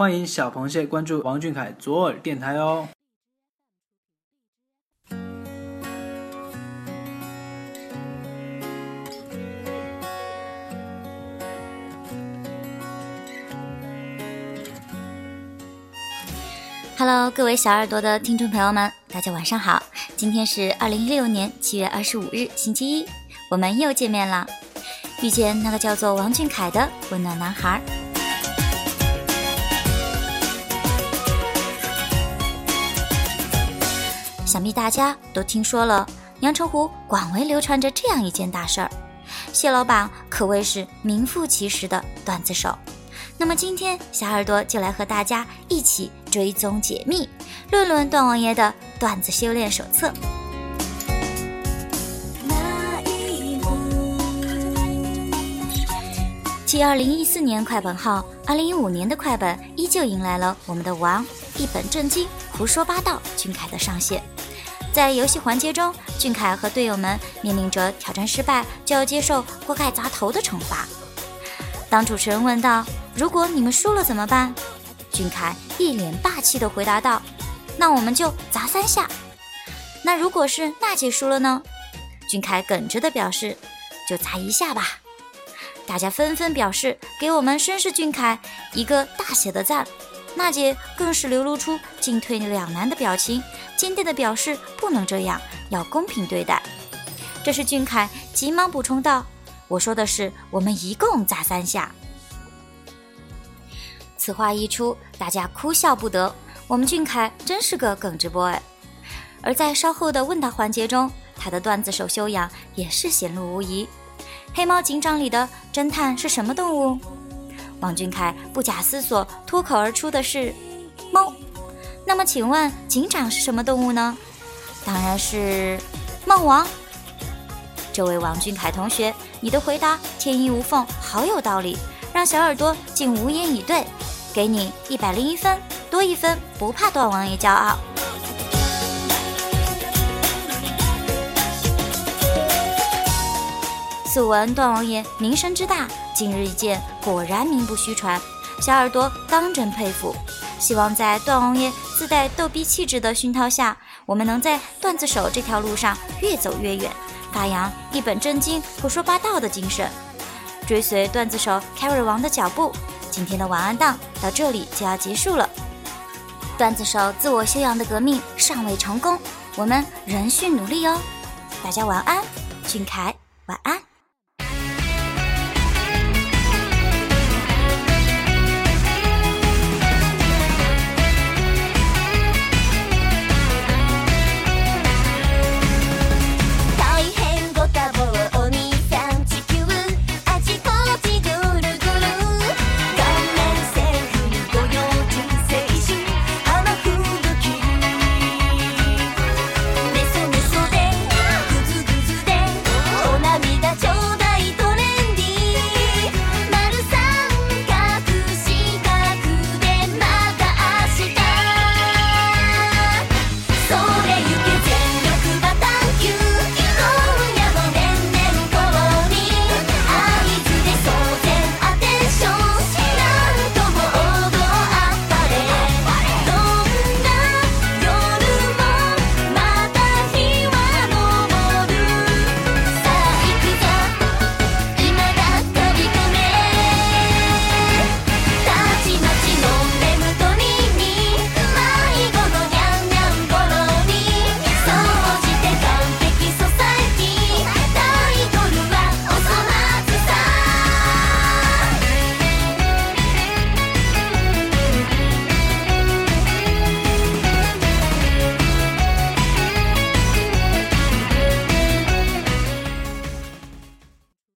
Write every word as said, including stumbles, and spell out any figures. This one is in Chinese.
欢迎小螃蟹关注王俊凯左耳电台哦。 Hello， 各位小耳朵的听众朋友们，大家晚上好。今天是二零一六年七月二十五日，星期一，我们又见面了。遇见那个叫做王俊凯的温暖男孩。想必大家都听说了，阳澄湖广为流传着这样一件大事儿，蟹老板可谓是名副其实的段子手。那么今天小耳朵就来和大家一起追踪解密，论论段王爷的段子修炼手册。继二零一四年快本后，二零一五年的快本依旧迎来了我们的王一本正经胡说八道俊凯的上线。在游戏环节中，俊凯和队友们面临着挑战失败就要接受锅盖砸头的惩罚。当主持人问道，如果你们输了怎么办？俊凯一脸霸气地回答道，那我们就砸三下。那如果是娜姐输了呢？俊凯耿直地表示，就砸一下吧。大家纷纷表示给我们绅士俊凯一个大写的赞，娜姐更是流露出进退两难的表情，坚定地表示不能这样，要公平对待。这时俊凯急忙补充道，我说的是我们一共砸三下。此话一出，大家哭笑不得，我们俊凯真是个耿直 boy。 而在稍后的问答环节中，他的段子手修养也是显露无疑。黑猫警长里的侦探是什么动物？王俊凯不假思索脱口而出的是猫。那么请问警长是什么动物呢？当然是梦王。这位王俊凯同学，你的回答天衣无缝，好有道理，让小耳朵竟无言以对，给你一百零一分，多一分不怕段王爷骄傲。素闻段王爷名声之大，今日一见果然名不虚传，小耳朵当真佩服。希望在段王爷自带逗逼气质的熏陶下，我们能在段子手这条路上越走越远，发扬一本正经胡说八道的精神，追随段子手 Carry 王的脚步。今天的晚安档到这里就要结束了，段子手自我修养的革命尚未成功，我们仍需努力哦。大家晚安，俊凯晚安。